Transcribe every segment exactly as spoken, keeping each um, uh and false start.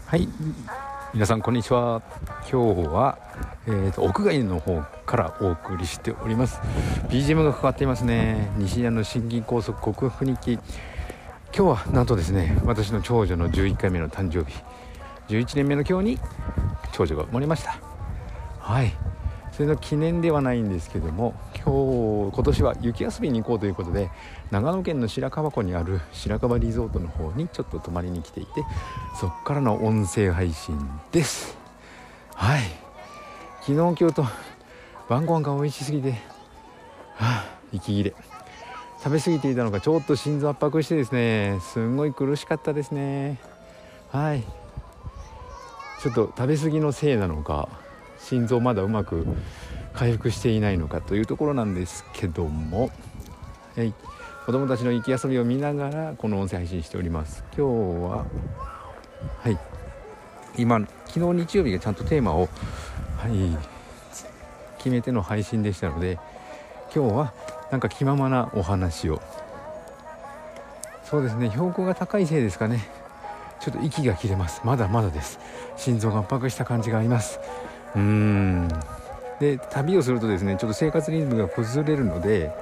はい、皆さんこんにちは。今日は、えー、と屋外の方からお送りしております。 ビージーエム がかかっていますね。西谷の心筋梗塞克服日記。今日はなんとですね、私の長女のじゅういっかいめの誕生日、じゅういちねんめの今日に長女が生まれました。はい、それの記念ではないんですけども、今日今年は雪遊びに行こうということで、長野県の白川湖にある白川リゾートの方にちょっと泊まりに来ていて、そこからの音声配信です。はい、昨日今日と晩ご飯が美味しすぎて、はあ、息切れ。食べ過ぎていたのかちょっと心臓圧迫してですね、すんごい苦しかったですね。はい、ちょっと食べ過ぎのせいなのか、心臓まだうまく回復していないのかというところなんですけども、はい、子供たちの雪遊びを見ながらこの音声配信しております。今日ははい今昨日日曜日がちゃんとテーマを、はい、決めての配信でしたので、今日はなんか気ままなお話を。そうですね、標高が高いせいですかね、ちょっと息が切れます。まだまだです。心臓が圧迫した感じがあります。うーんで旅をするとですね、ちょっと生活リズムが崩れるので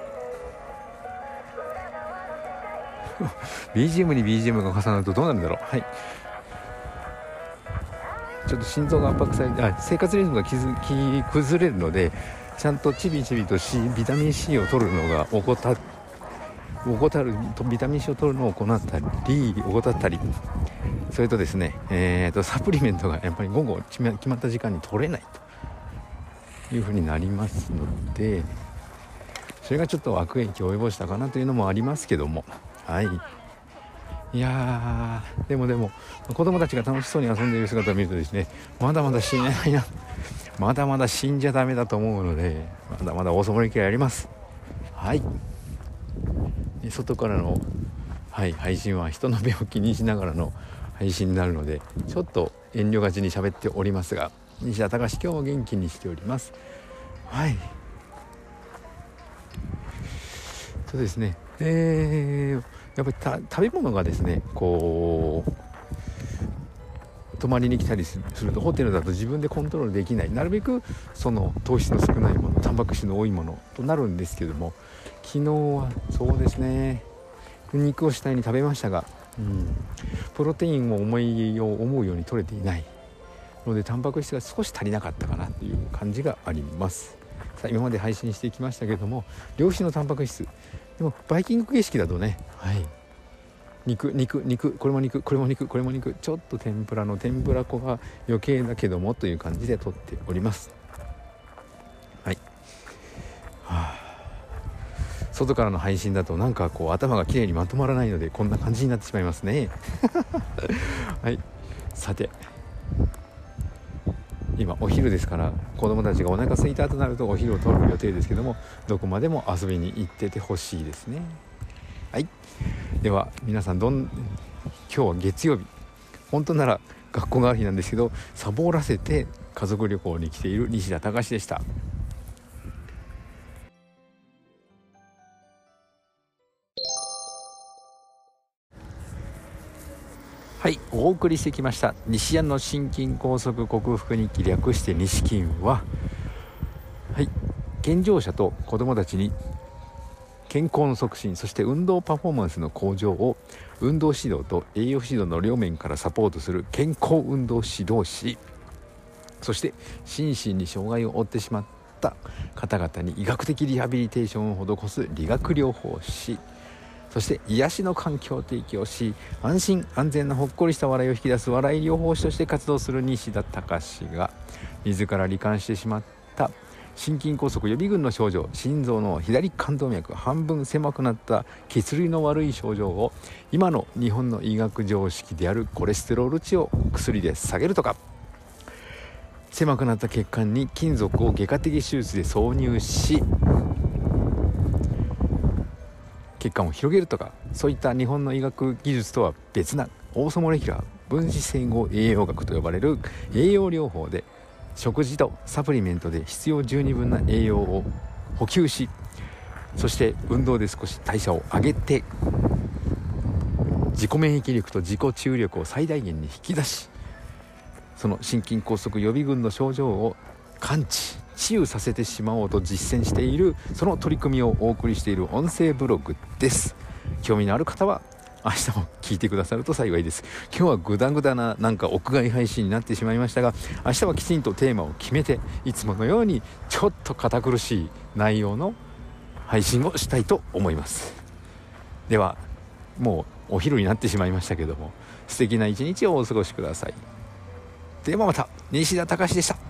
ビージーエム に ビージーエム が重なるとどうなるんだろう。はい、ちょっと心臓が圧迫されて、あ生活リズムがきずき崩れるので、ちゃんとちびちびと C ビタミン C を取るのが怠怠るビタミン C を取るのを行ったり怠ったり、それとですね、えー、とサプリメントがやっぱり午後決まった時間に取れないというふうになりますので、それがちょっと悪影響を及ぼしたかなというのもありますけども、はい、いやーでもでも子供たちが楽しそうに遊んでいる姿を見るとですね、まだまだ死ねないな、まだまだ死んじゃダメだと思うので、まだまだおそもりきりあります。はい、外からの、はい、配信は人の目を気にしながらの配信になるので、ちょっと遠慮がちに喋っておりますが、西田隆今日も元気にしております。はい、そうですね、えー、やっぱり食べ物がですね、こう泊まりに来たりするとホテルだと自分でコントロールできない、なるべくその糖質の少ないもの、タンパク質の多いものとなるんですけども、昨日はそうですね、肉を主体に食べましたが、うん、プロテインも思いを思うように取れていないので、タンパク質が少し足りなかったかなという感じがあります。さあ今まで配信してきましたけれども、良質のタンパク質でもバイキング形式だとね、はい、肉肉肉これも肉これも肉これも肉、ちょっと天ぷらの天ぷら粉が余計だけどもという感じで取っております。はい、はあ、外からの配信だとなんかこう頭がきれいにまとまらないので、こんな感じになってしまいますねはい、さて今お昼ですから、子供たちがお腹空いたとなるとお昼を取る予定ですけども、どこまでも遊びに行っててほしいですね。はい、では皆さん、どん今日は月曜日、本当なら学校がある日なんですけど、サボらせて家族旅行に来ている西田隆でした。はい、お送りしてきました西谷の心筋梗塞克服日記、略して西筋は、はい、健常者と子どもたちに健康の促進、そして運動パフォーマンスの向上を運動指導と栄養指導の両面からサポートする健康運動指導士、そして心身に障害を負ってしまった方々に医学的リハビリテーションを施す理学療法士、そして癒しの環境を提供し、安心安全なほっこりした笑いを引き出す笑い療法士として活動する西田隆が、自ら罹患してしまった心筋梗塞予備軍の症状、心臓の左冠動脈半分狭くなった血流の悪い症状を今の日本の医学常識であるコレステロール値を薬で下げるとか、狭くなった血管に金属を外科的手術で挿入し血管を広げるとか、そういった日本の医学技術とは別なオーソモレキュラー分子整合栄養学と呼ばれる栄養療法で、食事とサプリメントで必要十二分な栄養を補給し、そして運動で少し代謝を上げて自己免疫力と自己治癒力を最大限に引き出し、 その心筋梗塞予備軍の症状を完治治癒させてしまおうと実践している、その取り組みをお送りしている音声ブログです。興味のある方は明日も聞いてくださると幸いです。今日はグダグダななんか屋外配信になってしまいましたが、明日はきちんとテーマを決めて、いつものようにちょっと堅苦しい内容の配信をしたいと思います。ではもうお昼になってしまいましたけども、素敵な一日をお過ごしください。ではまた。西田隆でした。